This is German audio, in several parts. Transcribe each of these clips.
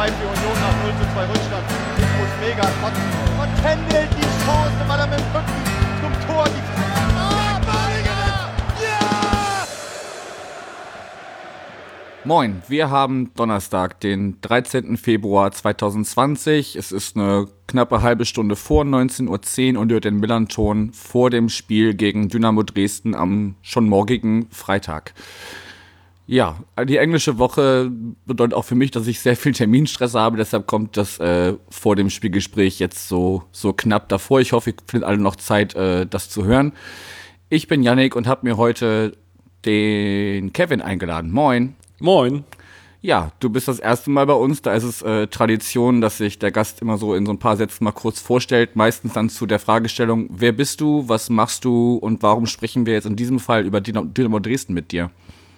treibt die Union nach 0:2 Rückstand. Ich muss mega kotzen. Und Kendall die Chance, weil er mit dem Rücken zum Tor die... Moin, wir haben Donnerstag, den 13. Februar 2020. Es ist eine knappe halbe Stunde vor 19:10 Uhr und ihr hört den Millern-Ton vor dem Spiel gegen Dynamo Dresden am schon morgigen Freitag. Ja, die englische Woche bedeutet auch für mich, dass ich sehr viel Terminstress habe, deshalb kommt das vor dem Spielgespräch jetzt so knapp davor. Ich hoffe, ihr findet alle noch Zeit, das zu hören. Ich bin Yannick und habe mir heute den Kevin eingeladen. Moin. Moin. Ja, du bist das erste Mal bei uns. Da ist es Tradition, dass sich der Gast immer so in so ein paar Sätzen mal kurz vorstellt. Meistens dann zu der Fragestellung, wer bist du, was machst du und warum sprechen wir jetzt in diesem Fall über Dynamo Dresden mit dir?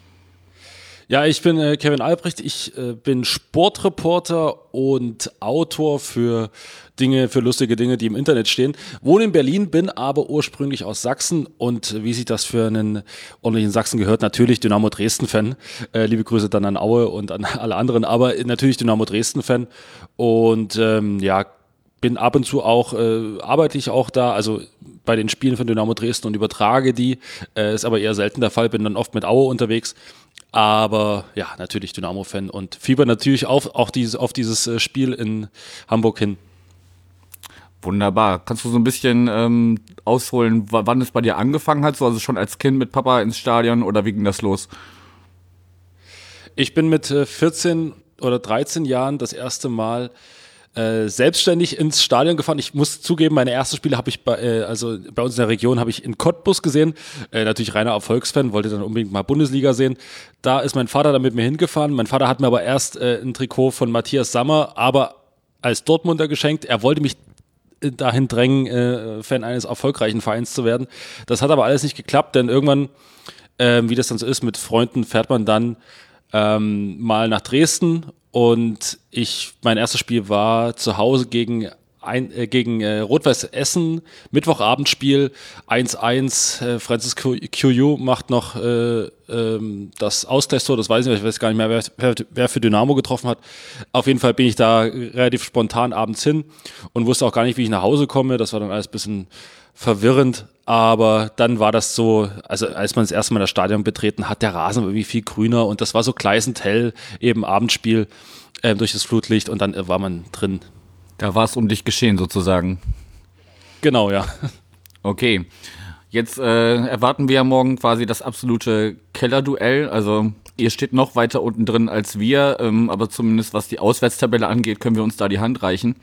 Ja, ich bin Kevin Albrecht. Ich bin Sportreporter und Autor für lustige Dinge, die im Internet stehen. Wohne in Berlin, bin aber ursprünglich aus Sachsen und wie sich das für einen ordentlichen Sachsen gehört, natürlich Dynamo Dresden-Fan. Liebe Grüße dann an Aue und an alle anderen, aber natürlich Dynamo Dresden-Fan und bin ab und zu auch, arbeite ich auch da, also bei den Spielen von Dynamo Dresden und übertrage die, ist aber eher selten der Fall, bin dann oft mit Aue unterwegs. Aber ja, natürlich Dynamo-Fan und fieber natürlich auf dieses Spiel in Hamburg hin. Wunderbar. Kannst du so ein bisschen ausholen, wann es bei dir angefangen hat? So, also schon als Kind mit Papa ins Stadion oder wie ging das los? Ich bin mit 14 oder 13 Jahren das erste Mal selbstständig ins Stadion gefahren. Ich muss zugeben, meine ersten Spiele habe ich bei uns in der Region habe ich in Cottbus gesehen. Natürlich reiner Erfolgsfan, wollte dann unbedingt mal Bundesliga sehen. Da ist mein Vater dann mit mir hingefahren. Mein Vater hat mir aber erst ein Trikot von Matthias Sammer, aber als Dortmunder geschenkt. Er wollte mich dahin drängen, Fan eines erfolgreichen Vereins zu werden. Das hat aber alles nicht geklappt, denn irgendwann, wie das dann so ist, mit Freunden fährt man dann mal nach Dresden. Und mein erstes Spiel war zu Hause gegen Rot-Weiß Essen, Mittwochabendspiel 1:1. Francis Qiu macht noch das Ausgleichstor, das weiß ich nicht, ich weiß gar nicht mehr, wer für Dynamo getroffen hat. Auf jeden Fall bin ich da relativ spontan abends hin und wusste auch gar nicht, wie ich nach Hause komme. Das war dann alles ein bisschen verwirrend, aber dann war das so, also als man das erste Mal das Stadion betreten hat, der Rasen war irgendwie viel grüner und das war so gleißend hell, eben Abendspiel durch das Flutlicht und dann war man drin. Da war es um dich geschehen sozusagen. Genau, ja. Okay, jetzt erwarten wir ja morgen quasi das absolute Kellerduell, also ihr steht noch weiter unten drin als wir, aber zumindest was die Auswärtstabelle angeht, können wir uns da die Hand reichen.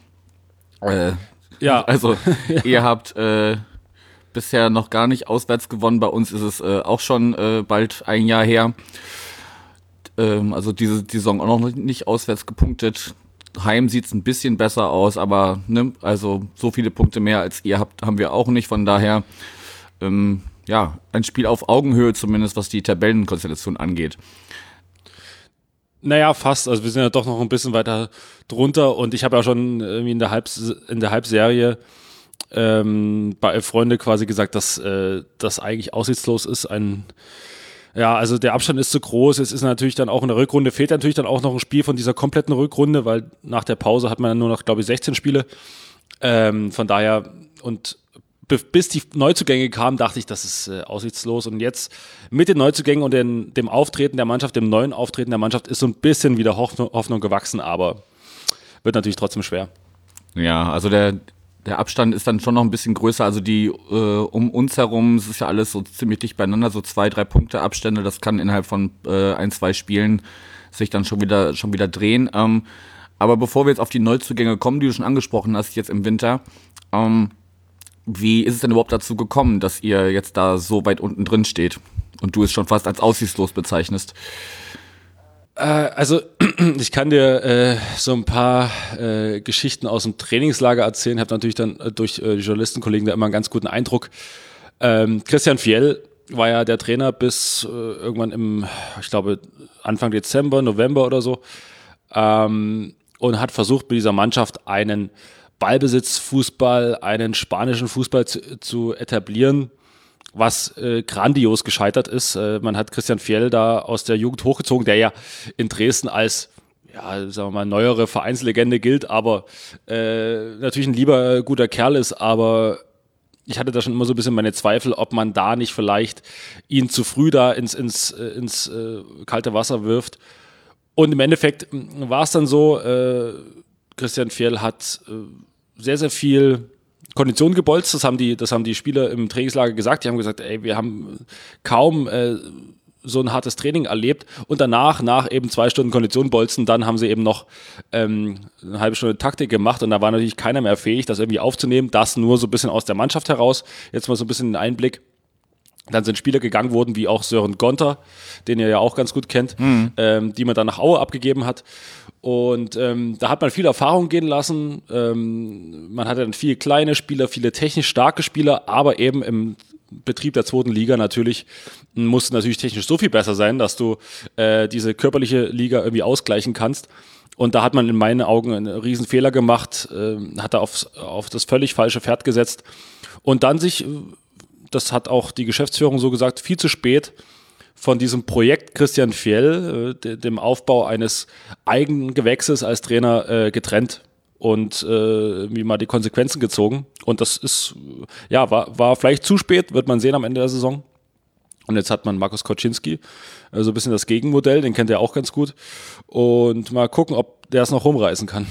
Ja. Also ihr habt bisher noch gar nicht auswärts gewonnen. Bei uns ist es auch schon bald ein Jahr her. Also diese Saison auch noch nicht auswärts gepunktet. Heim sieht es ein bisschen besser aus, aber ne, also so viele Punkte mehr als ihr habt, haben wir auch nicht. Von daher ein Spiel auf Augenhöhe zumindest, was die Tabellenkonstellation angeht. Naja, fast. Also wir sind ja doch noch ein bisschen weiter drunter und ich habe ja schon irgendwie in der Halbserie bei Freunde quasi gesagt, dass das eigentlich aussichtslos ist. Also der Abstand ist zu groß. Es ist natürlich dann auch in der Rückrunde, fehlt natürlich dann auch noch ein Spiel von dieser kompletten Rückrunde, weil nach der Pause hat man dann nur noch, glaube ich, 16 Spiele. Von daher und bis die Neuzugänge kamen, dachte ich, das ist aussichtslos. Und jetzt mit den Neuzugängen und dem Auftreten der Mannschaft, dem neuen Auftreten der Mannschaft, ist so ein bisschen wieder Hoffnung gewachsen, aber wird natürlich trotzdem schwer. Ja, also der Abstand ist dann schon noch ein bisschen größer. Also die um uns herum, es ist ja alles so ziemlich dicht beieinander, so 2-3 Punkte Abstände. Das kann innerhalb von 1-2 Spielen sich dann schon wieder drehen. Aber bevor wir jetzt auf die Neuzugänge kommen, die du schon angesprochen hast, jetzt im Winter, wie ist es denn überhaupt dazu gekommen, dass ihr jetzt da so weit unten drin steht und du es schon fast als aussichtslos bezeichnest? Also ich kann dir so ein paar Geschichten aus dem Trainingslager erzählen, habe natürlich dann durch die Journalistenkollegen da immer einen ganz guten Eindruck. Christian Fjell war ja der Trainer bis irgendwann ich glaube Anfang Dezember, November oder so, und hat versucht mit dieser Mannschaft einen Ballbesitzfußball, einen spanischen Fußball zu etablieren, was grandios gescheitert ist. Man hat Christian Fjell da aus der Jugend hochgezogen, der ja in Dresden als ja, sagen wir mal, neuere Vereinslegende gilt, aber natürlich ein lieber guter Kerl ist, aber ich hatte da schon immer so ein bisschen meine Zweifel, ob man da nicht vielleicht ihn zu früh da ins kalte Wasser wirft. Und im Endeffekt war es dann so, Christian Fjell hat sehr, sehr viel Kondition gebolzt, das haben die Spieler im Trainingslager gesagt. Die haben gesagt, ey, wir haben kaum so ein hartes Training erlebt und danach, nach eben 2 Stunden Kondition bolzen, dann haben sie eben noch eine halbe Stunde Taktik gemacht und da war natürlich keiner mehr fähig, das irgendwie aufzunehmen, das nur so ein bisschen aus der Mannschaft heraus. Jetzt mal so ein bisschen ein Einblick. Dann sind Spieler gegangen worden, wie auch Sören Gonter, den ihr ja auch ganz gut kennt, die man dann nach Aue abgegeben hat. Und da hat man viel Erfahrung gehen lassen. Man hatte dann viele kleine Spieler, viele technisch starke Spieler, aber eben im Betrieb der 2. Liga natürlich musste natürlich technisch so viel besser sein, dass du diese körperliche Liga irgendwie ausgleichen kannst. Und da hat man in meinen Augen einen riesen Fehler gemacht, hat da auf das völlig falsche Pferd gesetzt und dann sich, das hat auch die Geschäftsführung so gesagt, viel zu spät von diesem Projekt Christian Fjell, dem Aufbau eines eigenen Gewächses als Trainer getrennt und wie mal die Konsequenzen gezogen. Und das ist, ja, war vielleicht zu spät, wird man sehen am Ende der Saison. Und jetzt hat man Markus Koczynski, so ein bisschen das Gegenmodell, den kennt er auch ganz gut. Und mal gucken, ob der es noch rumreißen kann.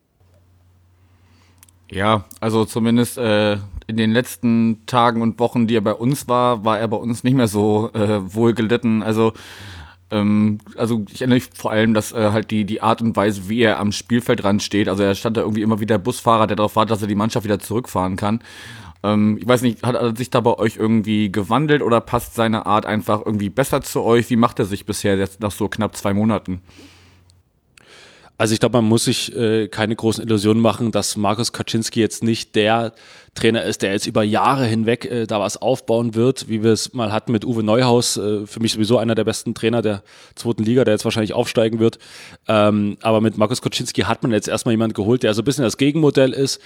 Ja, also zumindest in den letzten Tagen und Wochen, die er bei uns war er bei uns nicht mehr so wohl gelitten. Also ich erinnere mich vor allem, dass halt die Art und Weise, wie er am Spielfeldrand steht, also er stand da irgendwie immer wieder Busfahrer, der darauf wartet, dass er die Mannschaft wieder zurückfahren kann. Ich weiß nicht, hat er sich da bei euch irgendwie gewandelt oder passt seine Art einfach irgendwie besser zu euch? Wie macht er sich bisher jetzt nach so knapp 2 Monaten? Also ich glaube, man muss sich keine großen Illusionen machen, dass Markus Koczynski jetzt nicht der Trainer ist, der jetzt über Jahre hinweg da was aufbauen wird, wie wir es mal hatten mit Uwe Neuhaus, für mich sowieso einer der besten Trainer der 2. Liga, der jetzt wahrscheinlich aufsteigen wird. Aber mit Markus Koczynski hat man jetzt erstmal jemanden geholt, der so ein bisschen das Gegenmodell ist.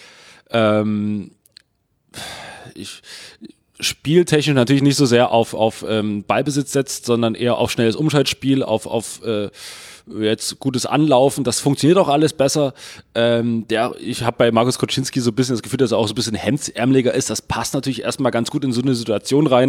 Spieltechnisch natürlich nicht so sehr auf Ballbesitz setzt, sondern eher auf schnelles Umschaltspiel, auf jetzt gutes Anlaufen, das funktioniert auch alles besser. Ich habe bei Markus Koczynski so ein bisschen das Gefühl, dass er auch so ein bisschen hemdsärmeliger ist. Das passt natürlich erstmal ganz gut in so eine Situation rein.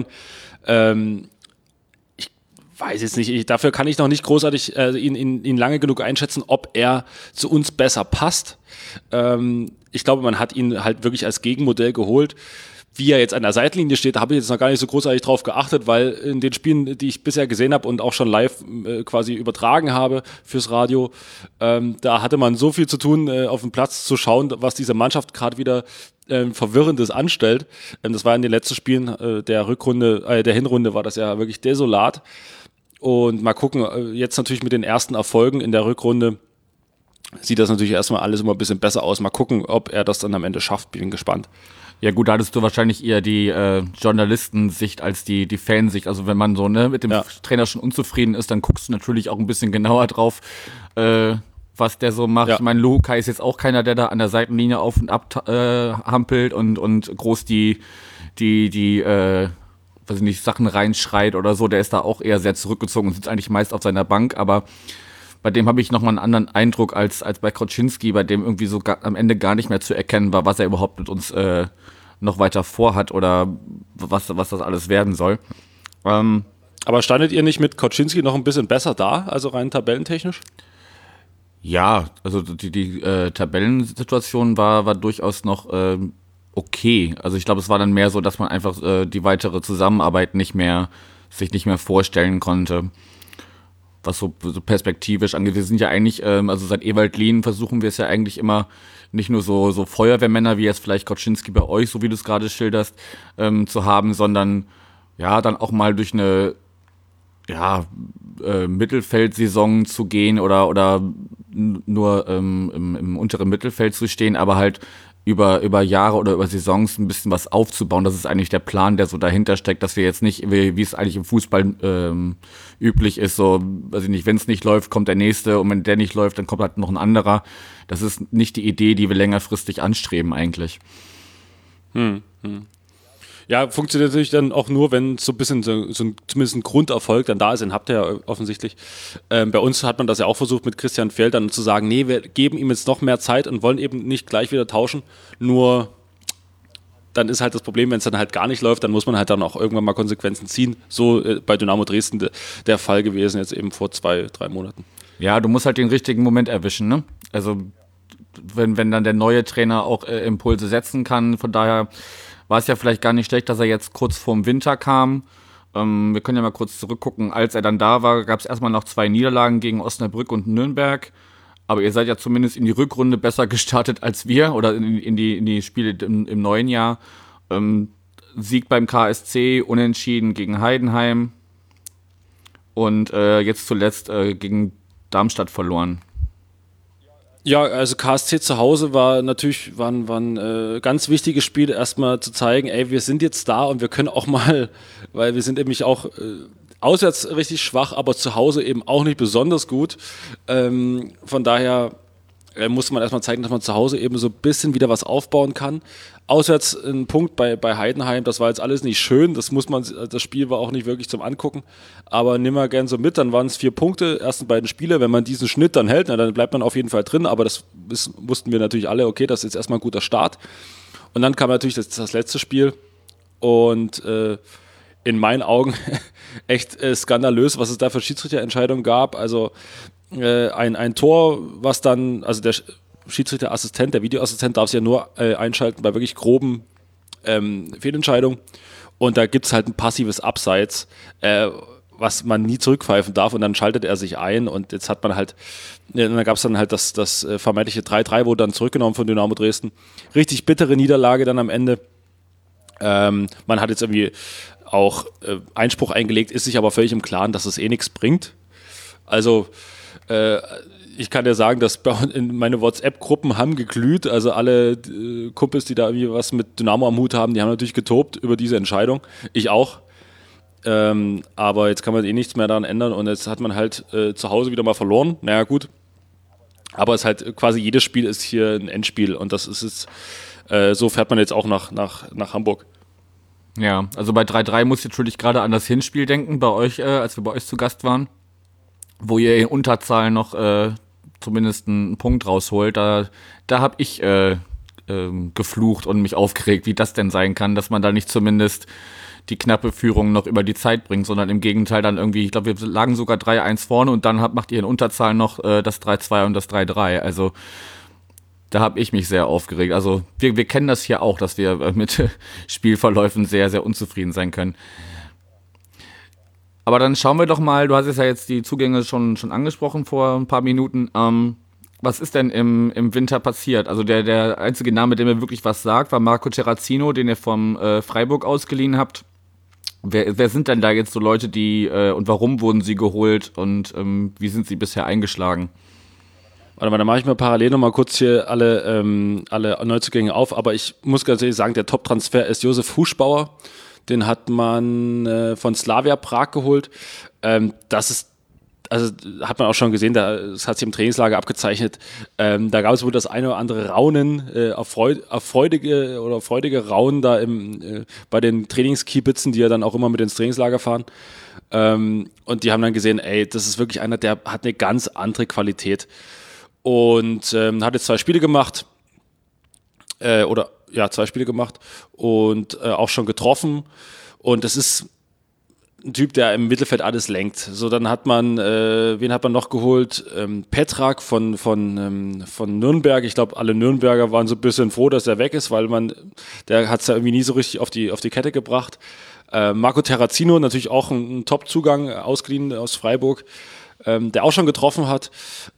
Ich weiß jetzt nicht, dafür kann ich noch nicht großartig ihn lange genug einschätzen, ob er zu uns besser passt. Ich glaube, man hat ihn halt wirklich als Gegenmodell geholt. Wie er jetzt an der Seitenlinie steht, da habe ich jetzt noch gar nicht so großartig drauf geachtet, weil in den Spielen, die ich bisher gesehen habe und auch schon live quasi übertragen habe fürs Radio, da hatte man so viel zu tun, auf dem Platz zu schauen, was diese Mannschaft gerade wieder Verwirrendes anstellt. Das war in den letzten Spielen der Hinrunde war das ja wirklich desolat. Und mal gucken, jetzt natürlich mit den ersten Erfolgen in der Rückrunde sieht das natürlich erstmal alles immer ein bisschen besser aus. Mal gucken, ob er das dann am Ende schafft. Bin gespannt. Ja gut, da hattest du wahrscheinlich eher die Journalistensicht als die Fansicht. Also wenn man so mit dem Trainer schon unzufrieden ist, dann guckst du natürlich auch ein bisschen genauer drauf, was der so macht. Ja. Ich meine, Lukai ist jetzt auch keiner, der da an der Seitenlinie auf und ab hampelt und groß die weiß ich nicht, Sachen reinschreit oder so. Der ist da auch eher sehr zurückgezogen und sitzt eigentlich meist auf seiner Bank, aber bei dem habe ich nochmal einen anderen Eindruck als bei Koczynski, bei dem irgendwie so am Ende gar nicht mehr zu erkennen war, was er überhaupt mit uns noch weiter vorhat oder was das alles werden soll. Aber standet ihr nicht mit Koczynski noch ein bisschen besser da, also rein tabellentechnisch? Ja, also die Tabellensituation war durchaus noch okay. Also ich glaube, es war dann mehr so, dass man einfach die weitere Zusammenarbeit sich nicht mehr vorstellen konnte. Was so perspektivisch angeht. Wir sind ja eigentlich, also seit Ewald Lien versuchen wir es ja eigentlich immer nicht nur so Feuerwehrmänner, wie jetzt vielleicht Koczynski bei euch, so wie du es gerade schilderst, zu haben, sondern ja, dann auch mal durch eine Mittelfeldsaison zu gehen oder nur im unteren Mittelfeld zu stehen, aber halt über Jahre oder über Saisons ein bisschen was aufzubauen. Das ist eigentlich der Plan, der so dahinter steckt, dass wir jetzt nicht, wie es eigentlich im Fußball üblich ist, so, weiß ich nicht, wenn es nicht läuft, kommt der Nächste und wenn der nicht läuft, dann kommt halt noch ein anderer. Das ist nicht die Idee, die wir längerfristig anstreben eigentlich. Ja, funktioniert natürlich dann auch nur, wenn so ein bisschen zumindest ein Grunderfolg dann da ist, den habt ihr ja offensichtlich. Bei uns hat man das ja auch versucht mit Christian Fjell dann zu sagen, nee, wir geben ihm jetzt noch mehr Zeit und wollen eben nicht gleich wieder tauschen, nur dann ist halt das Problem, wenn es dann halt gar nicht läuft, dann muss man halt dann auch irgendwann mal Konsequenzen ziehen. So bei Dynamo Dresden der Fall gewesen, jetzt eben vor 2-3 Monaten. Ja, du musst halt den richtigen Moment erwischen, ne? Also wenn dann der neue Trainer auch Impulse setzen kann, von daher war es ja vielleicht gar nicht schlecht, dass er jetzt kurz vorm Winter kam. Wir können ja mal kurz zurückgucken. Als er dann da war, gab es erstmal noch 2 Niederlagen gegen Osnabrück und Nürnberg. Aber ihr seid ja zumindest in die Rückrunde besser gestartet als wir oder in die Spiele im neuen Jahr. Sieg beim KSC, Unentschieden gegen Heidenheim und jetzt zuletzt gegen Darmstadt verloren. Ja, also KSC zu Hause war ein ganz wichtiges Spiel, erstmal zu zeigen, ey, wir sind jetzt da und wir können auch mal, weil wir sind nämlich auch auswärts richtig schwach, aber zu Hause eben auch nicht besonders gut. Von daher musste man erstmal zeigen, dass man zu Hause eben so ein bisschen wieder was aufbauen kann. Auswärts ein Punkt bei Heidenheim, das war jetzt alles nicht schön, das Spiel war auch nicht wirklich zum Angucken, aber nimm mal gern so mit, dann waren es 4 Punkte, ersten beiden Spiele, wenn man diesen Schnitt dann hält, dann bleibt man auf jeden Fall drin, aber das wussten wir natürlich alle, okay, das ist jetzt erstmal ein guter Start. Und dann kam natürlich das letzte Spiel und in meinen Augen echt skandalös, was es da für Schiedsrichterentscheidungen gab. Also ein Tor, was dann, also der Schiedsrichterassistent, der Videoassistent darf es ja nur einschalten bei wirklich groben Fehlentscheidungen. Und da gibt es halt ein passives Abseits, was man nie zurückpfeifen darf. Und dann schaltet er sich ein und jetzt hat man halt, dann gab es dann halt das vermeintliche 3-3, wurde dann zurückgenommen von Dynamo Dresden. Richtig bittere Niederlage dann am Ende. Man hat jetzt irgendwie auch Einspruch eingelegt, ist sich aber völlig im Klaren, dass es nichts bringt. Also ich kann dir sagen, dass meine WhatsApp-Gruppen haben geglüht, also alle Kumpels, die da irgendwie was mit Dynamo am Hut haben, die haben natürlich getobt über diese Entscheidung. Ich auch. Aber jetzt kann man nichts mehr daran ändern und jetzt hat man halt zu Hause wieder mal verloren. Naja, gut. Aber es ist halt quasi jedes Spiel ist hier ein Endspiel und das ist es. So fährt man jetzt auch nach Hamburg. Ja, also bei 3-3 muss ich natürlich gerade an das Hinspiel denken, bei euch, als wir bei euch zu Gast waren, wo ihr in Unterzahl noch zumindest einen Punkt rausholt. Da habe ich geflucht und mich aufgeregt, wie das denn sein kann, dass man da nicht zumindest die knappe Führung noch über die Zeit bringt, sondern im Gegenteil dann irgendwie, ich glaube, wir lagen sogar 3-1 vorne und dann macht ihr in Unterzahl noch das 3-2 und das 3-3. Also da habe ich mich sehr aufgeregt. Also wir kennen das hier auch, dass wir mit Spielverläufen sehr, sehr unzufrieden sein können. Aber dann schauen wir doch mal, du hast ja jetzt die Zugänge schon angesprochen vor ein paar Minuten. Was ist denn im Winter passiert? Also der einzige Name, der mir wirklich was sagt, war Marco Terrazino, den ihr vom Freiburg ausgeliehen habt. Wer sind denn da jetzt so Leute, die und warum wurden sie geholt und wie sind sie bisher eingeschlagen? Warte mal, dann mache ich mir parallel nochmal kurz hier alle Neuzugänge auf, aber ich muss ganz ehrlich sagen, der Top-Transfer ist Josef Huschbauer. Den hat man von Slavia Prag geholt. Also hat man auch schon gesehen, das hat sich im Trainingslager abgezeichnet. Da gab es wohl das eine oder andere Raunen, freudige Raunen da bei den Trainingskiebitzen, die ja dann auch immer mit ins Trainingslager fahren. Und die haben dann gesehen, ey, das ist wirklich einer, der hat eine ganz andere Qualität. Und hat jetzt 2 Spiele gemacht. 2 Spiele gemacht und auch schon getroffen. Und das ist ein Typ, der im Mittelfeld alles lenkt. So, dann hat man, wen hat man noch geholt? Petrak von Nürnberg. Ich glaube, alle Nürnberger waren so ein bisschen froh, dass er weg ist, weil der hat es ja irgendwie nie so richtig auf die Kette gebracht. Marco Terrazino, natürlich auch ein Top-Zugang, ausgeliehen aus Freiburg, der auch schon getroffen hat.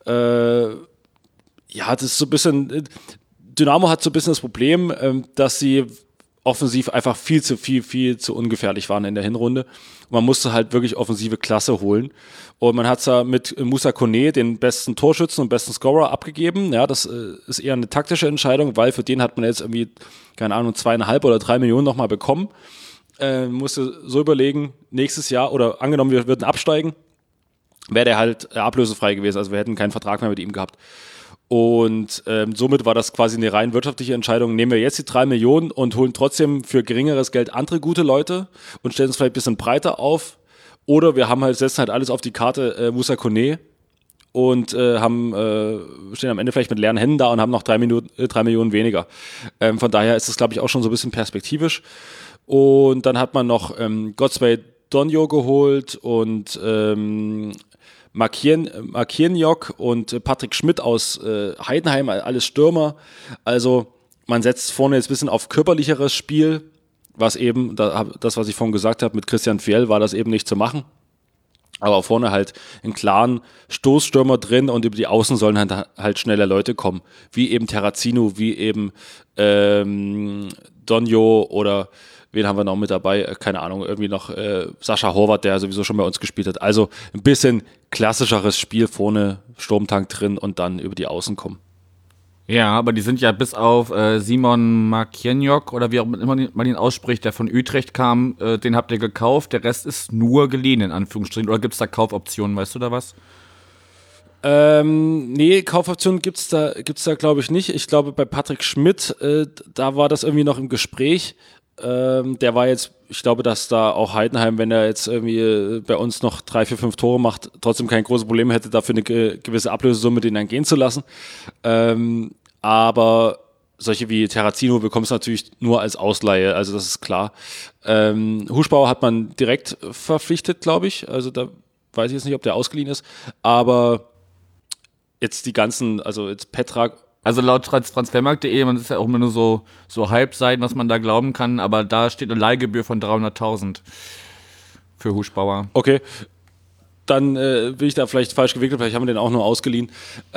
Das ist so ein bisschen, Dynamo hat so ein bisschen das Problem, dass sie offensiv einfach viel zu ungefährlich waren in der Hinrunde. Und man musste halt wirklich offensive Klasse holen. Und man hat es da mit Moussa Kone, den besten Torschützen und besten Scorer, abgegeben. Ja, das ist eher eine taktische Entscheidung, weil für den hat man jetzt irgendwie, keine Ahnung, 2,5 oder 3 Millionen nochmal bekommen. Musste so überlegen, nächstes Jahr, oder angenommen, wir würden absteigen, wäre der halt ablösefrei gewesen. Also wir hätten keinen Vertrag mehr mit ihm gehabt. Und somit war das quasi eine rein wirtschaftliche Entscheidung. Nehmen wir jetzt die 3 Millionen und holen trotzdem für geringeres Geld andere gute Leute und stellen es vielleicht ein bisschen breiter auf. Oder wir haben setzen halt alles auf die Karte Moussa Koné und stehen am Ende vielleicht mit leeren Händen da und haben noch 3 Millionen weniger. Von daher ist das, glaube ich, auch schon so ein bisschen perspektivisch. Und dann hat man noch Godsway Donjo geholt und Markienjok und Patrick Schmidt aus Heidenheim, alles Stürmer. Also man setzt vorne jetzt ein bisschen auf körperlicheres Spiel, was eben, das was ich vorhin gesagt habe, mit Christian Fjell war das eben nicht zu machen. Aber vorne halt einen klaren Stoßstürmer drin und über die Außen sollen halt schnelle Leute kommen. Wie eben Terrazino, wie eben Donjo oder wen haben wir noch mit dabei? Keine Ahnung, irgendwie noch Sascha Horvath, der sowieso schon bei uns gespielt hat. Also ein bisschen klassischeres Spiel, vorne Sturmtank drin und dann über die Außen kommen. Ja, aber die sind ja bis auf Simon Markienjok oder wie auch immer man ihn ausspricht, der von Utrecht kam, den habt ihr gekauft. Der Rest ist nur geliehen, in Anführungsstrichen. Oder gibt es da Kaufoptionen, weißt du da was? Nee, Kaufoptionen gibt's da glaube ich nicht. Ich glaube, bei Patrick Schmidt, da war das irgendwie noch im Gespräch. Der war jetzt, ich glaube, dass da auch Heidenheim, wenn er jetzt irgendwie bei uns noch 3, 4, 5 Tore macht, trotzdem kein großes Problem hätte, dafür eine gewisse Ablösesumme den dann gehen zu lassen. Aber solche wie Terrazino bekommst du natürlich nur als Ausleihe, also das ist klar. Huschbauer hat man direkt verpflichtet, glaube ich. Also da weiß ich jetzt nicht, ob der ausgeliehen ist. Aber jetzt die ganzen, also jetzt Petra. Also laut Transfermarkt.de, man ist ja auch immer nur so Halbseiten, was man da glauben kann, aber da steht eine Leihgebühr von 300.000 für Huschbauer. Okay, dann bin ich da vielleicht falsch gewickelt, vielleicht haben wir den auch nur ausgeliehen.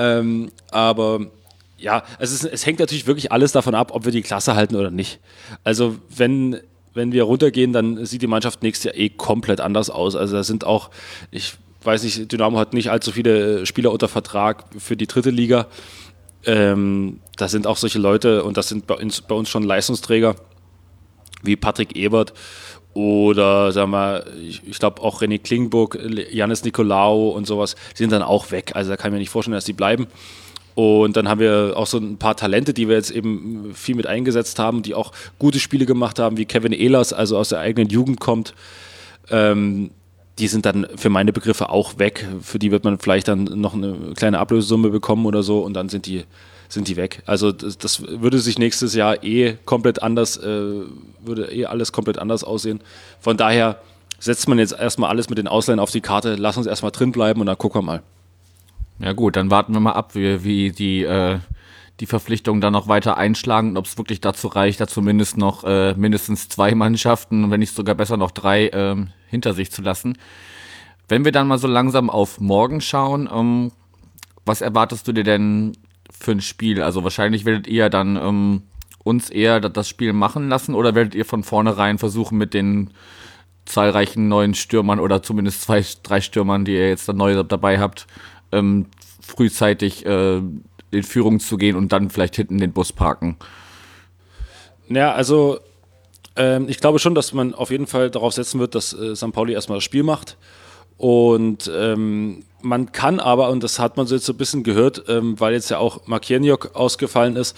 Aber ja, es hängt natürlich wirklich alles davon ab, ob wir die Klasse halten oder nicht. Also wenn wir runtergehen, dann sieht die Mannschaft nächstes Jahr komplett anders aus. Also da sind auch, ich weiß nicht, Dynamo hat nicht allzu viele Spieler unter Vertrag für die 3. Liga. Da sind auch solche Leute und das sind bei uns schon Leistungsträger wie Patrick Ebert oder sagen wir, ich glaube auch René Klingburg, Jannis Nikolaou und sowas, die sind dann auch weg. Also da kann ich mir nicht vorstellen, dass die bleiben. Und dann haben wir auch so ein paar Talente, die wir jetzt eben viel mit eingesetzt haben, die auch gute Spiele gemacht haben, wie Kevin Ehlers, also aus der eigenen Jugend kommt. Die sind dann für meine Begriffe auch weg. Für die wird man vielleicht dann noch eine kleine Ablösesumme bekommen oder so und dann sind die weg. Also das würde sich nächstes Jahr komplett anders, würde alles komplett anders aussehen. Von daher setzt man jetzt erstmal alles mit den Ausleihen auf die Karte, lass uns erstmal drin bleiben und dann gucken wir mal. Ja gut, dann warten wir mal ab, wie die Verpflichtungen dann noch weiter einschlagen und ob es wirklich dazu reicht, da zumindest noch mindestens 2 Mannschaften, wenn nicht sogar besser noch 3 hinter sich zu lassen. Wenn wir dann mal so langsam auf morgen schauen, was erwartest du dir denn für ein Spiel? Also wahrscheinlich werdet ihr dann uns eher das Spiel machen lassen oder werdet ihr von vornherein versuchen mit den zahlreichen neuen Stürmern oder zumindest 2, 3 Stürmern, die ihr jetzt dann neu dabei habt, frühzeitig in Führung zu gehen und dann vielleicht hinten den Bus parken? Ja, also ich glaube schon, dass man auf jeden Fall darauf setzen wird, dass St. Pauli erstmal das Spiel macht. Und man kann aber, und das hat man so jetzt so ein bisschen gehört, weil jetzt ja auch Markienjok ausgefallen ist,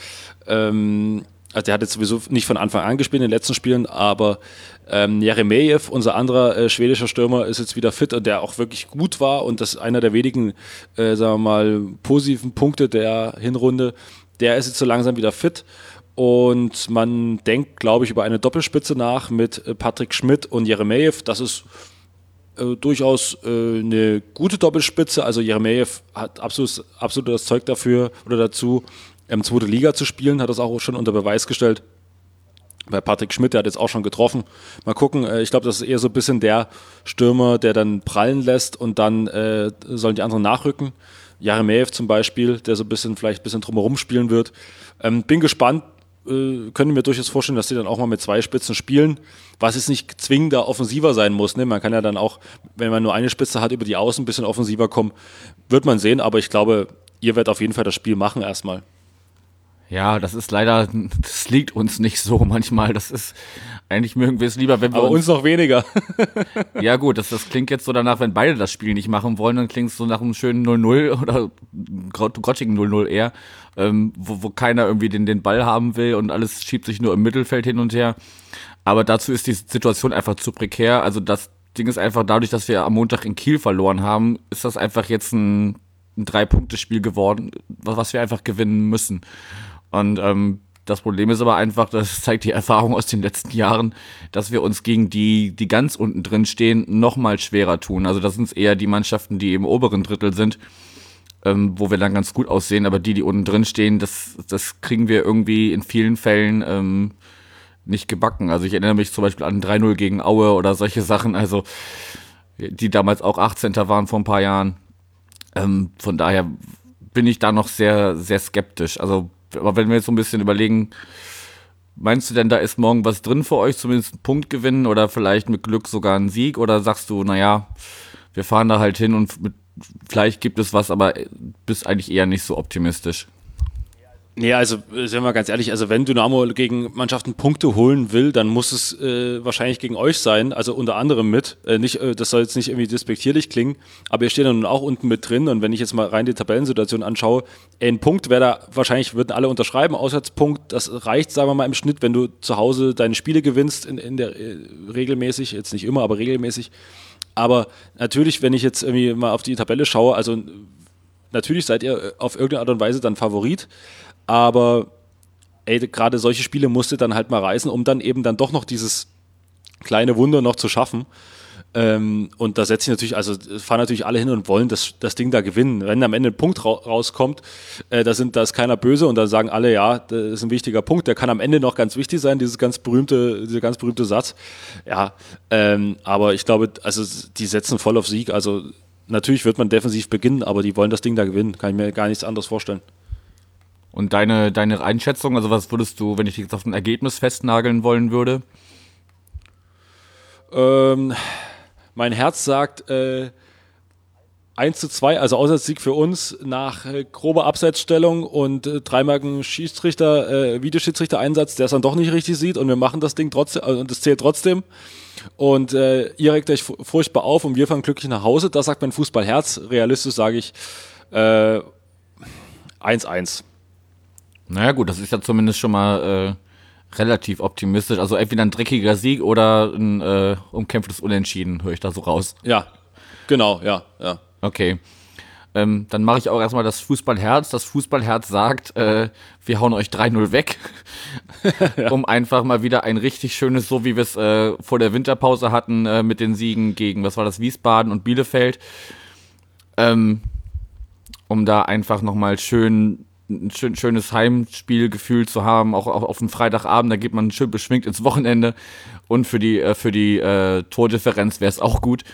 also der hat jetzt sowieso nicht von Anfang an gespielt in den letzten Spielen, aber Jeremejew, unser anderer schwedischer Stürmer, ist jetzt wieder fit und der auch wirklich gut war und das ist einer der wenigen, sagen wir mal, positiven Punkte der Hinrunde. Der ist jetzt so langsam wieder fit und man denkt, glaube ich, über eine Doppelspitze nach mit Patrick Schmidt und Jeremejew. Das ist durchaus eine gute Doppelspitze. Also Jeremejew hat absolut das Zeug dafür oder dazu, 2. Liga zu spielen, hat das auch schon unter Beweis gestellt. Bei Patrick Schmidt, der hat jetzt auch schon getroffen. Mal gucken, ich glaube, das ist eher so ein bisschen der Stürmer, der dann prallen lässt und dann sollen die anderen nachrücken. Jeremejew zum Beispiel, der so vielleicht ein bisschen drumherum spielen wird. Bin gespannt, können mir durchaus vorstellen, dass die dann auch mal mit 2 Spitzen spielen, was jetzt nicht zwingend da offensiver sein muss. Ne? Man kann ja dann auch, wenn man nur eine Spitze hat, über die Außen ein bisschen offensiver kommen. Wird man sehen, aber ich glaube, ihr werdet auf jeden Fall das Spiel machen erstmal. Ja, das ist leider, das liegt uns nicht so manchmal. Das ist, eigentlich mögen wir es lieber, wenn wir Aber uns noch weniger. Ja gut, das klingt jetzt so danach, wenn beide das Spiel nicht machen wollen, dann klingt es so nach einem schönen 0-0 oder grottigen 0-0 eher, wo keiner irgendwie den Ball haben will und alles schiebt sich nur im Mittelfeld hin und her. Aber dazu ist die Situation einfach zu prekär. Also das Ding ist einfach, dadurch, dass wir am Montag in Kiel verloren haben, ist das einfach jetzt ein 3-Punkte-Spiel geworden, was wir einfach gewinnen müssen. Und das Problem ist aber einfach, das zeigt die Erfahrung aus den letzten Jahren, dass wir uns gegen die ganz unten drin stehen, noch mal schwerer tun. Also das sind eher die Mannschaften, die im oberen Drittel sind, wo wir dann ganz gut aussehen. Aber die unten drin stehen, das kriegen wir irgendwie in vielen Fällen nicht gebacken. Also ich erinnere mich zum Beispiel an 3-0 gegen Aue oder solche Sachen, also die damals auch 18. waren vor ein paar Jahren. Von daher bin ich da noch sehr, sehr skeptisch. Also aber wenn wir jetzt so ein bisschen überlegen, meinst du denn, da ist morgen was drin für euch, zumindest einen Punkt gewinnen oder vielleicht mit Glück sogar einen Sieg? Oder sagst du, naja, wir fahren da halt hin und vielleicht gibt es was, aber bist eigentlich eher nicht so optimistisch? Nee, also sind wir mal ganz ehrlich, also wenn Dynamo gegen Mannschaften Punkte holen will, dann muss es wahrscheinlich gegen euch sein, also unter anderem mit. Das soll jetzt nicht irgendwie despektierlich klingen, aber ihr steht dann auch unten mit drin und wenn ich jetzt mal rein die Tabellensituation anschaue, ein Punkt wäre da, wahrscheinlich würden alle unterschreiben, Auswärtspunkt, das reicht, sagen wir mal im Schnitt, wenn du zu Hause deine Spiele gewinnst, in der regelmäßig, jetzt nicht immer, aber regelmäßig. Aber natürlich, wenn ich jetzt irgendwie mal auf die Tabelle schaue, also natürlich seid ihr auf irgendeine Art und Weise dann Favorit, aber gerade solche Spiele musste dann halt mal reißen, um dann eben dann doch noch dieses kleine Wunder noch zu schaffen. Und da setze ich natürlich, also fahren natürlich alle hin und wollen das Ding da gewinnen. Wenn am Ende ein Punkt rauskommt, da ist keiner böse und dann sagen alle, ja, das ist ein wichtiger Punkt, der kann am Ende noch ganz wichtig sein, dieser ganz berühmte Satz. Ja, aber ich glaube, also die setzen voll auf Sieg. Also natürlich wird man defensiv beginnen, aber die wollen das Ding da gewinnen. Kann ich mir gar nichts anderes vorstellen. Und deine Einschätzung, also was würdest du, wenn ich dich jetzt auf ein Ergebnis festnageln wollen würde? Mein Herz sagt 1:2, also Auswärtssieg für uns nach grober Abseitsstellung und dreimalgen Videoschiedsrichter-Einsatz, der es dann doch nicht richtig sieht und wir machen das Ding trotzdem, und es zählt trotzdem. Und ihr regt euch furchtbar auf und wir fahren glücklich nach Hause. Das sagt mein Fußballherz. Realistisch sage ich 1:1. Naja gut, das ist ja zumindest schon mal relativ optimistisch. Also entweder ein dreckiger Sieg oder ein umkämpftes Unentschieden, höre ich da so raus. Ja, genau, ja. Okay. Dann mache ich auch erstmal das Fußballherz. Das Fußballherz sagt, wir hauen euch 3-0 weg, ja. Um einfach mal wieder ein richtig schönes, so wie wir es vor der Winterpause hatten, mit den Siegen gegen, was war das, Wiesbaden und Bielefeld, um da einfach nochmal ein schönes Heimspielgefühl zu haben, auch auf dem Freitagabend, da geht man schön beschwingt ins Wochenende und für die Tordifferenz wäre es auch gut.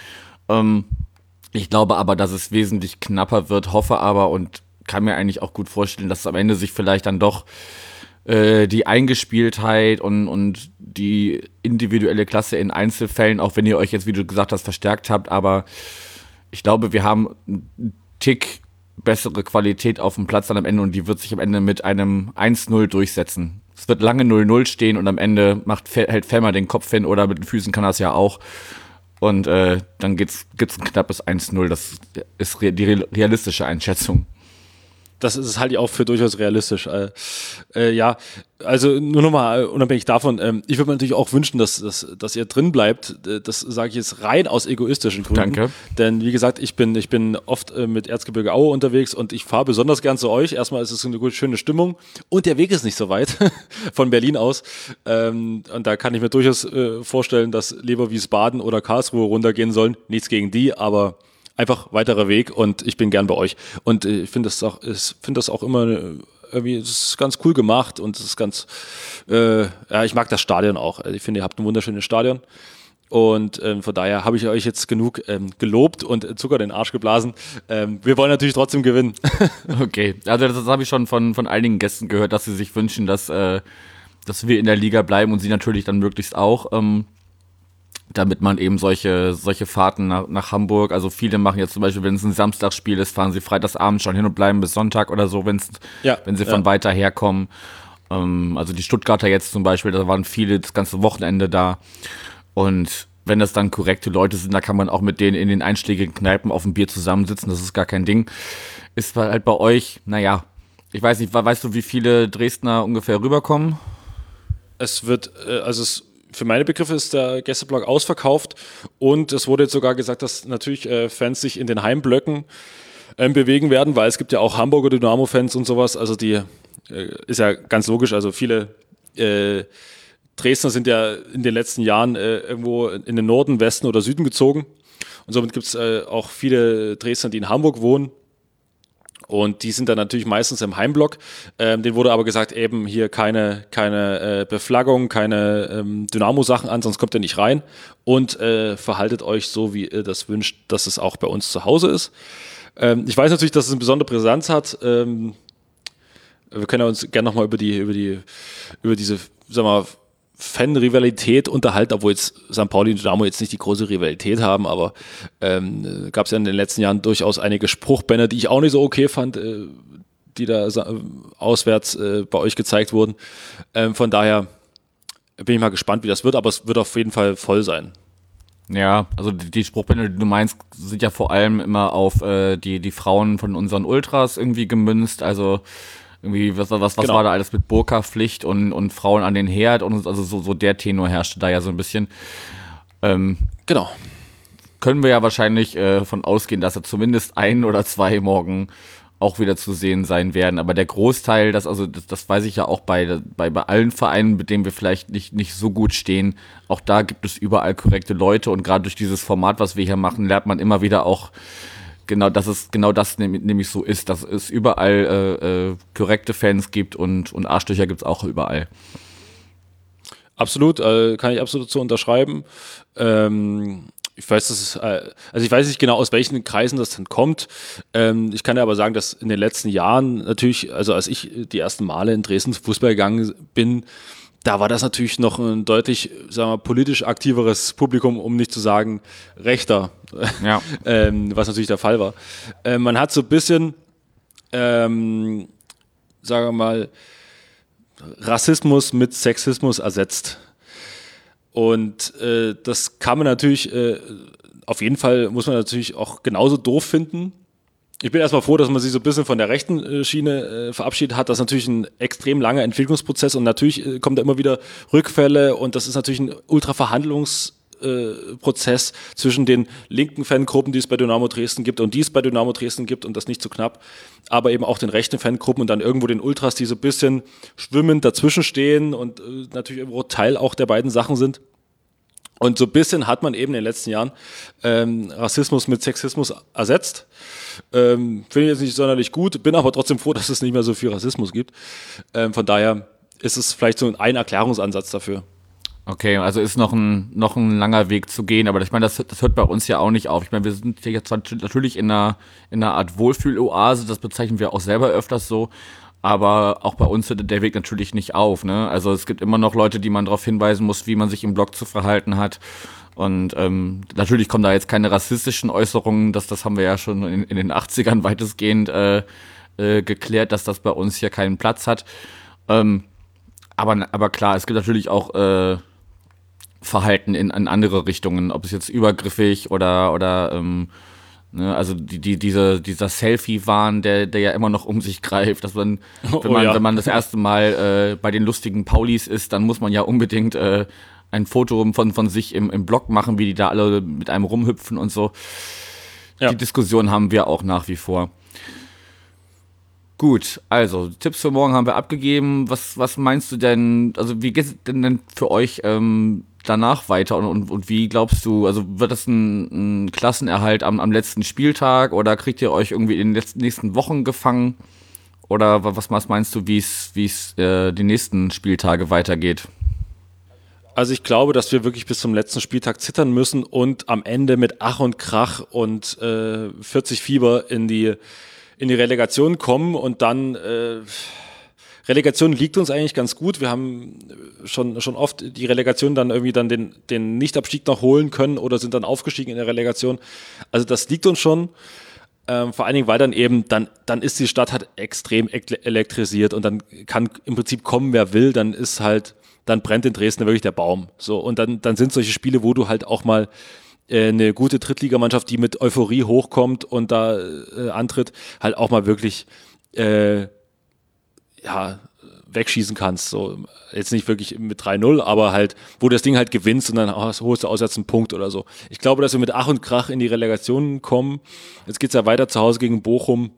Ich glaube aber, dass es wesentlich knapper wird, hoffe aber und kann mir eigentlich auch gut vorstellen, dass am Ende sich vielleicht dann doch die Eingespieltheit und die individuelle Klasse in Einzelfällen, auch wenn ihr euch jetzt, wie du gesagt hast, verstärkt habt, aber ich glaube, wir haben einen Tick bessere Qualität auf dem Platz dann am Ende und die wird sich am Ende mit einem 1-0 durchsetzen. Es wird lange 0-0 stehen und am Ende hält Fellmer den Kopf hin oder mit den Füßen kann er es ja auch. Und dann gibt's ein knappes 1-0. Das ist die realistische Einschätzung. Das ist halt auch für durchaus realistisch. Ja, also nur nochmal unabhängig davon, ich würde mir natürlich auch wünschen, dass ihr drin bleibt. Das sage ich jetzt rein aus egoistischen Gründen. Danke. Denn wie gesagt, ich bin oft mit Erzgebirge Aue unterwegs und ich fahre besonders gern zu euch. Erstmal ist es eine gute, schöne Stimmung und der Weg ist nicht so weit von Berlin aus. Und da kann ich mir durchaus vorstellen, dass Lever Wiesbaden oder Karlsruhe runtergehen sollen. Nichts gegen die, aber einfach weiterer Weg und ich bin gern bei euch. Und ich finde das auch immer irgendwie, es ist ganz cool gemacht und es ist ganz, ja, ich mag das Stadion auch. Ich finde, ihr habt ein wunderschönes Stadion. Und von daher habe ich euch jetzt genug gelobt und Zucker in den Arsch geblasen. Wir wollen natürlich trotzdem gewinnen. Okay, also das habe ich schon von einigen Gästen gehört, dass sie sich wünschen, dass wir in der Liga bleiben und sie natürlich dann möglichst auch. damit man eben solche Fahrten nach Hamburg, also viele machen jetzt zum Beispiel, wenn es ein Samstagsspiel ist, fahren sie freitagsabend schon hin und bleiben bis Sonntag oder so, wenn sie von weiter herkommen. Also die Stuttgarter jetzt zum Beispiel, da waren viele das ganze Wochenende da. Und wenn das dann korrekte Leute sind, da kann man auch mit denen in den einschlägigen Kneipen auf dem Bier zusammensitzen, das ist gar kein Ding. Ist halt bei euch, naja, ich weiß nicht, weißt du, wie viele Dresdner ungefähr rüberkommen? Es wird, für meine Begriffe ist der Gästeblock ausverkauft und es wurde jetzt sogar gesagt, dass natürlich Fans sich in den Heimblöcken bewegen werden, weil es gibt ja auch Hamburger Dynamo-Fans und sowas, also die ist ja ganz logisch, also viele Dresdner sind ja in den letzten Jahren irgendwo in den Norden, Westen oder Süden gezogen und somit gibt es auch viele Dresdner, die in Hamburg wohnen. Und die sind dann natürlich meistens im Heimblock. Denen wurde aber gesagt, eben hier keine Beflaggung, keine Dynamo-Sachen an, sonst kommt ihr nicht rein. Und verhaltet euch so, wie ihr das wünscht, dass es auch bei uns zu Hause ist. Ich weiß natürlich, dass es eine besondere Brisanz hat. Wir können ja uns gerne nochmal über diese, sag mal, Fan-Rivalität unterhalten, obwohl jetzt St. Pauli und Dynamo jetzt nicht die große Rivalität haben, aber gab es ja in den letzten Jahren durchaus einige Spruchbänder, die ich auch nicht so okay fand, die da auswärts bei euch gezeigt wurden. Von daher bin ich mal gespannt, wie das wird, aber es wird auf jeden Fall voll sein. Ja, also die Spruchbänder, die du meinst, sind ja vor allem immer auf die Frauen von unseren Ultras irgendwie gemünzt, also irgendwie, was genau. War da alles mit Burka-Pflicht und Frauen an den Herd und also so der Tenor herrschte da ja so ein bisschen. Genau. Können wir ja wahrscheinlich von ausgehen, dass er zumindest 1 oder 2 morgen auch wieder zu sehen sein werden. Aber der Großteil, das weiß ich ja auch bei allen Vereinen, mit denen wir vielleicht nicht so gut stehen, auch da gibt es überall korrekte Leute und gerade durch dieses Format, was wir hier machen, lernt man immer wieder auch dass es genau das nämlich so ist, dass es überall korrekte Fans gibt und Arschlöcher gibt es auch überall. Absolut, kann ich absolut so unterschreiben. Ich weiß nicht genau, aus welchen Kreisen das dann kommt. Ich kann ja aber sagen, dass in den letzten Jahren natürlich, also als ich die ersten Male in Dresden zu Fußball gegangen bin, da war das natürlich noch ein deutlich, sagen wir, politisch aktiveres Publikum, um nicht zu sagen rechter, ja. Was natürlich der Fall war. Man hat so ein bisschen, sagen wir mal, Rassismus mit Sexismus ersetzt. Und das kann man natürlich, auf jeden Fall muss man natürlich auch genauso doof finden. Ich bin erstmal froh, dass man sich so ein bisschen von der rechten Schiene verabschiedet hat. Das ist natürlich ein extrem langer Entwicklungsprozess und natürlich kommt da immer wieder Rückfälle und das ist natürlich ein Ultra-Verhandlungsprozess zwischen den linken Fangruppen, die es bei Dynamo Dresden gibt und die es bei Dynamo Dresden gibt und das nicht zu knapp, aber eben auch den rechten Fangruppen und dann irgendwo den Ultras, die so ein bisschen schwimmend dazwischen stehen und natürlich irgendwo Teil auch der beiden Sachen sind. Und so ein bisschen hat man eben in den letzten Jahren Rassismus mit Sexismus ersetzt. Finde ich jetzt nicht sonderlich gut, bin aber trotzdem froh, dass es nicht mehr so viel Rassismus gibt. Von daher ist es vielleicht so ein Erklärungsansatz dafür. Okay, also ist noch ein langer Weg zu gehen, aber ich meine, das hört bei uns ja auch nicht auf. Ich meine, wir sind hier jetzt natürlich in einer Art Wohlfühloase, das bezeichnen wir auch selber öfters so. Aber auch bei uns hört der Weg natürlich nicht auf, ne? Also es gibt immer noch Leute, die man darauf hinweisen muss, wie man sich im Blog zu verhalten hat. Und natürlich kommen da jetzt keine rassistischen Äußerungen, das haben wir ja schon in den 80ern weitestgehend geklärt, dass das bei uns hier keinen Platz hat. Aber klar, es gibt natürlich auch Verhalten in andere Richtungen, ob es jetzt übergriffig oder ne, also dieser Selfie-Wahn, der ja immer noch um sich greift, dass man, wenn man das erste Mal bei den lustigen Paulis ist, dann muss man ja unbedingt ein Foto von sich im Blog machen, wie die da alle mit einem rumhüpfen und so. Ja. Die Diskussion haben wir auch nach wie vor. Gut, also Tipps für morgen haben wir abgegeben. Was meinst du denn, also wie geht es denn für euch danach weiter und wie glaubst du, also wird das ein Klassenerhalt am letzten Spieltag oder kriegt ihr euch irgendwie in den nächsten Wochen gefangen? Oder was meinst du, wie es die nächsten Spieltage weitergeht? Also ich glaube, dass wir wirklich bis zum letzten Spieltag zittern müssen und am Ende mit Ach und Krach und 40 Fieber in die Relegation kommen und dann Relegation liegt uns eigentlich ganz gut. Wir haben schon oft die Relegation dann irgendwie dann den Nichtabstieg noch holen können oder sind dann aufgestiegen in der Relegation. Also das liegt uns schon. Vor allen Dingen, weil dann eben, dann ist die Stadt halt extrem elektrisiert und dann kann im Prinzip kommen, wer will, dann brennt in Dresden wirklich der Baum. So, und dann sind solche Spiele, wo du halt auch mal eine gute Drittligamannschaft, die mit Euphorie hochkommt und da antritt, halt auch mal wirklich wegschießen kannst. So, jetzt nicht wirklich mit 3-0, aber halt, wo du das Ding halt gewinnst und dann holst du auswärts einen Punkt oder so. Ich glaube, dass wir mit Ach und Krach in die Relegation kommen. Jetzt geht's ja weiter zu Hause gegen Bochum.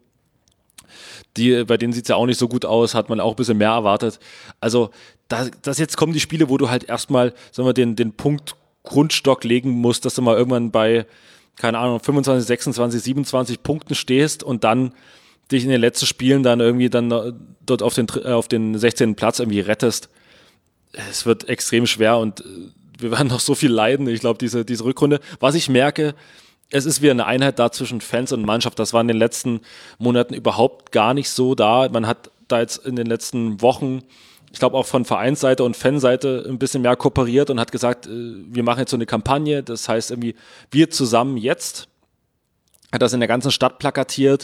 Bei denen sieht's ja auch nicht so gut aus, hat man auch ein bisschen mehr erwartet. Also, das jetzt kommen die Spiele, wo du halt erstmal, sagen wir, den Punkt Grundstock legen musst, dass du mal irgendwann bei, keine Ahnung, 25, 26, 27 Punkten stehst und dann dich in den letzten Spielen dann irgendwie dann dort auf den 16. Platz irgendwie rettest. Es wird extrem schwer und wir werden noch so viel leiden. Ich glaube, diese Rückrunde, was ich merke, es ist wieder eine Einheit da zwischen Fans und Mannschaft. Das war in den letzten Monaten überhaupt gar nicht so da. Man hat da jetzt in den letzten Wochen, ich glaube auch von Vereinsseite und Fanseite ein bisschen mehr kooperiert und hat gesagt, wir machen jetzt so eine Kampagne, das heißt irgendwie, wir zusammen jetzt, hat das in der ganzen Stadt plakatiert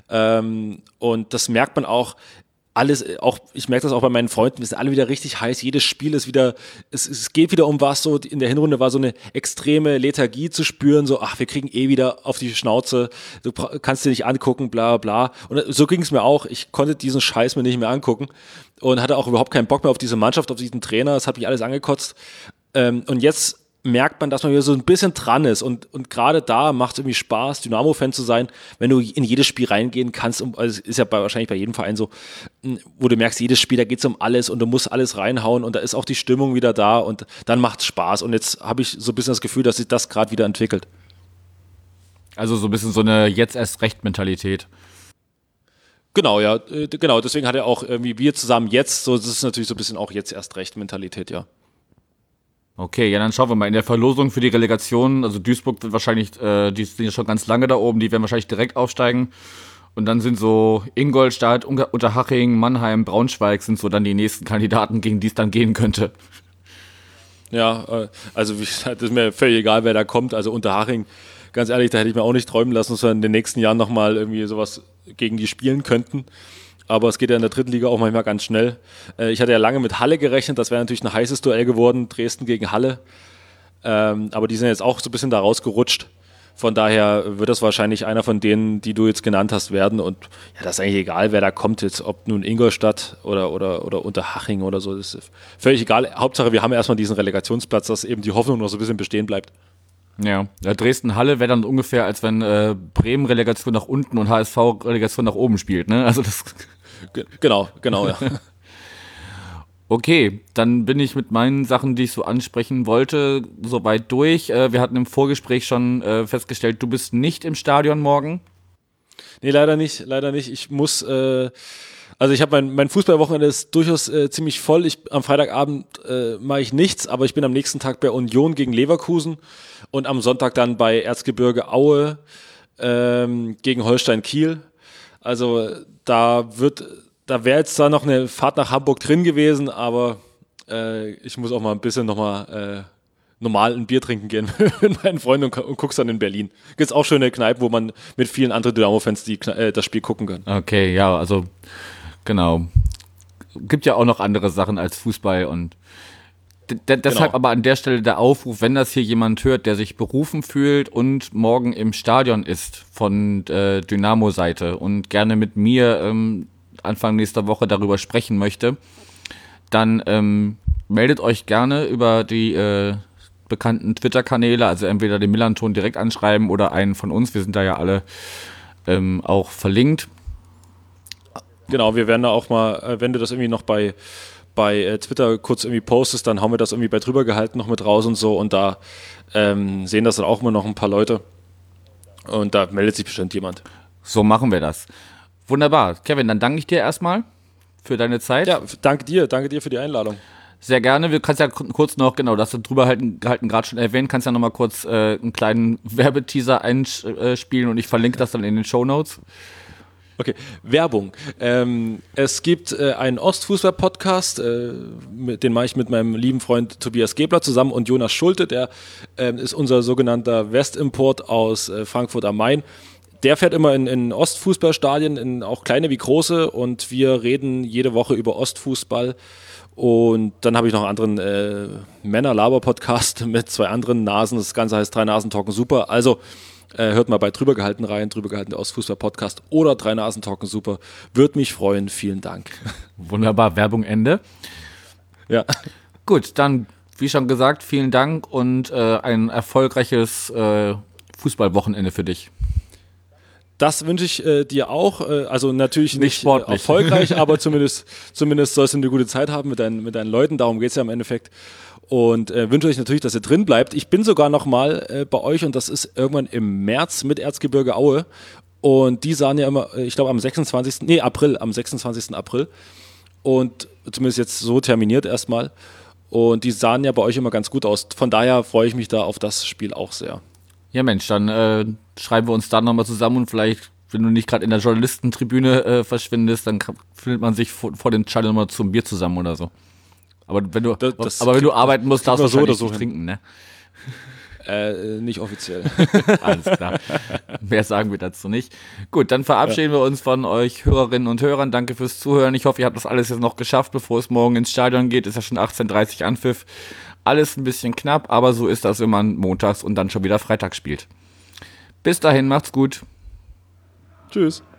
und das merkt man auch, ich merke das auch bei meinen Freunden, wir sind alle wieder richtig heiß, jedes Spiel ist wieder, es geht wieder um was, so in der Hinrunde war so eine extreme Lethargie zu spüren, so, ach, wir kriegen wieder auf die Schnauze, du kannst dir nicht angucken, bla bla, und so ging es mir auch, ich konnte diesen Scheiß mir nicht mehr angucken und hatte auch überhaupt keinen Bock mehr auf diese Mannschaft, auf diesen Trainer, es hat mich alles angekotzt und jetzt merkt man, dass man wieder so ein bisschen dran ist und gerade da macht es irgendwie Spaß, Dynamo-Fan zu sein, wenn du in jedes Spiel reingehen kannst, also ist ja wahrscheinlich bei jedem Verein so, wo du merkst, jedes Spiel, da geht es um alles und du musst alles reinhauen und da ist auch die Stimmung wieder da und dann macht es Spaß und jetzt habe ich so ein bisschen das Gefühl, dass sich das gerade wieder entwickelt. Also so ein bisschen so eine Jetzt-erst-recht-Mentalität. Genau, ja, genau, deswegen hat er auch irgendwie wir zusammen jetzt, so das ist natürlich so ein bisschen auch Jetzt-erst-recht-Mentalität, ja. Okay, ja, dann schauen wir mal. In der Verlosung für die Relegation, also Duisburg wird wahrscheinlich, die sind ja schon ganz lange da oben, die werden wahrscheinlich direkt aufsteigen. Und dann sind so Ingolstadt, Unterhaching, Mannheim, Braunschweig sind so dann die nächsten Kandidaten, gegen die es dann gehen könnte. Ja, also wie gesagt, das ist mir völlig egal, wer da kommt. Also Unterhaching, ganz ehrlich, da hätte ich mir auch nicht träumen lassen, dass wir in den nächsten Jahren nochmal irgendwie sowas gegen die spielen könnten. Aber es geht ja in der dritten Liga auch manchmal ganz schnell. Ich hatte ja lange mit Halle gerechnet, das wäre natürlich ein heißes Duell geworden, Dresden gegen Halle. Aber die sind jetzt auch so ein bisschen da rausgerutscht. Von daher wird das wahrscheinlich einer von denen, die du jetzt genannt hast, werden. Und ja, das ist eigentlich egal, wer da kommt jetzt, ob nun Ingolstadt oder Unterhaching oder so. Das ist völlig egal. Hauptsache, wir haben erstmal diesen Relegationsplatz, dass eben die Hoffnung noch so ein bisschen bestehen bleibt. Ja, Dresden-Halle wäre dann ungefähr, als wenn Bremen Relegation nach unten und HSV Relegation nach oben spielt, ne? Also das. Genau, ja. Okay, dann bin ich mit meinen Sachen, die ich so ansprechen wollte, soweit durch. Wir hatten im Vorgespräch schon festgestellt, du bist nicht im Stadion morgen. Nee, leider nicht. Ich muss, also ich habe mein Fußballwochenende ist durchaus ziemlich voll. Am Freitagabend mache ich nichts, aber ich bin am nächsten Tag bei Union gegen Leverkusen und am Sonntag dann bei Erzgebirge Aue gegen Holstein Kiel. Also da wäre jetzt da noch eine Fahrt nach Hamburg drin gewesen, aber ich muss auch mal ein bisschen nochmal normal ein Bier trinken gehen mit meinen Freunden und guck's dann in Berlin. Gibt's auch schöne Kneipen, wo man mit vielen anderen Dynamo-Fans das Spiel gucken kann. Okay, ja, also genau. Gibt ja auch noch andere Sachen als Fußball und deshalb Genau. aber an der Stelle der Aufruf, wenn das hier jemand hört, der sich berufen fühlt und morgen im Stadion ist von Dynamo-Seite und gerne mit mir Anfang nächster Woche darüber sprechen möchte, dann meldet euch gerne über die bekannten Twitter-Kanäle, also entweder den Millanton direkt anschreiben oder einen von uns, wir sind da ja alle auch verlinkt. Genau, wir werden da auch mal, wenn du das irgendwie noch bei Twitter kurz irgendwie postest, dann hauen wir das irgendwie bei drüber gehalten noch mit raus und so und da sehen das dann auch immer noch ein paar Leute und da meldet sich bestimmt jemand. So machen wir das. Wunderbar. Kevin, dann danke ich dir erstmal für deine Zeit. Ja, danke dir für die Einladung. Sehr gerne. Wir kannst ja kurz noch, genau, das drüber gehalten gerade schon erwähnt, kannst ja noch mal kurz einen kleinen Werbeteaser einspielen und ich verlinke das dann in den Shownotes. Okay, Werbung. Es gibt einen Ostfußball-Podcast, den mache ich mit meinem lieben Freund Tobias Gebler zusammen und Jonas Schulte, der ist unser sogenannter Westimport aus Frankfurt am Main. Der fährt immer in Ostfußballstadien, in auch kleine wie große, und wir reden jede Woche über Ostfußball. Und dann habe ich noch einen anderen Männer-Laber-Podcast mit 2 anderen Nasen. Das Ganze heißt 3 Nasen talken super. Also hört mal bei Drüber gehalten rein, Drüber gehalten der Ostfußball-Podcast oder 3 Nasen talken super. Würde mich freuen. Vielen Dank. Wunderbar, Werbung Ende. Ja. Gut, dann, wie schon gesagt, vielen Dank und ein erfolgreiches Fußballwochenende für dich. Das wünsche ich dir auch. Also natürlich nicht sportlich. Erfolgreich, aber zumindest sollst du eine gute Zeit haben mit deinen Leuten. Darum geht es ja im Endeffekt. Und wünsche euch natürlich, dass ihr drin bleibt. Ich bin sogar noch mal bei euch, und das ist irgendwann im März mit Erzgebirge Aue. Und die sahen ja immer, ich glaube am 26. April. Und zumindest jetzt so terminiert erstmal. Und die sahen ja bei euch immer ganz gut aus. Von daher freue ich mich da auf das Spiel auch sehr. Ja Mensch, dann schreiben wir uns dann nochmal zusammen und vielleicht, wenn du nicht gerade in der Journalistentribüne verschwindest, dann findet man sich vor dem Stadion nochmal zum Bier zusammen oder so. Aber wenn du arbeiten musst, darfst du so oder wahrscheinlich so nicht trinken, ne? Nicht offiziell. Alles klar. Mehr sagen wir dazu nicht. Gut, dann verabschieden wir uns von euch Hörerinnen und Hörern. Danke fürs Zuhören. Ich hoffe, ihr habt das alles jetzt noch geschafft, bevor es morgen ins Stadion geht. Ist ja schon 18:30 Uhr Anpfiff. Alles ein bisschen knapp, aber so ist das, wenn man montags und dann schon wieder freitags spielt. Bis dahin, macht's gut. Tschüss.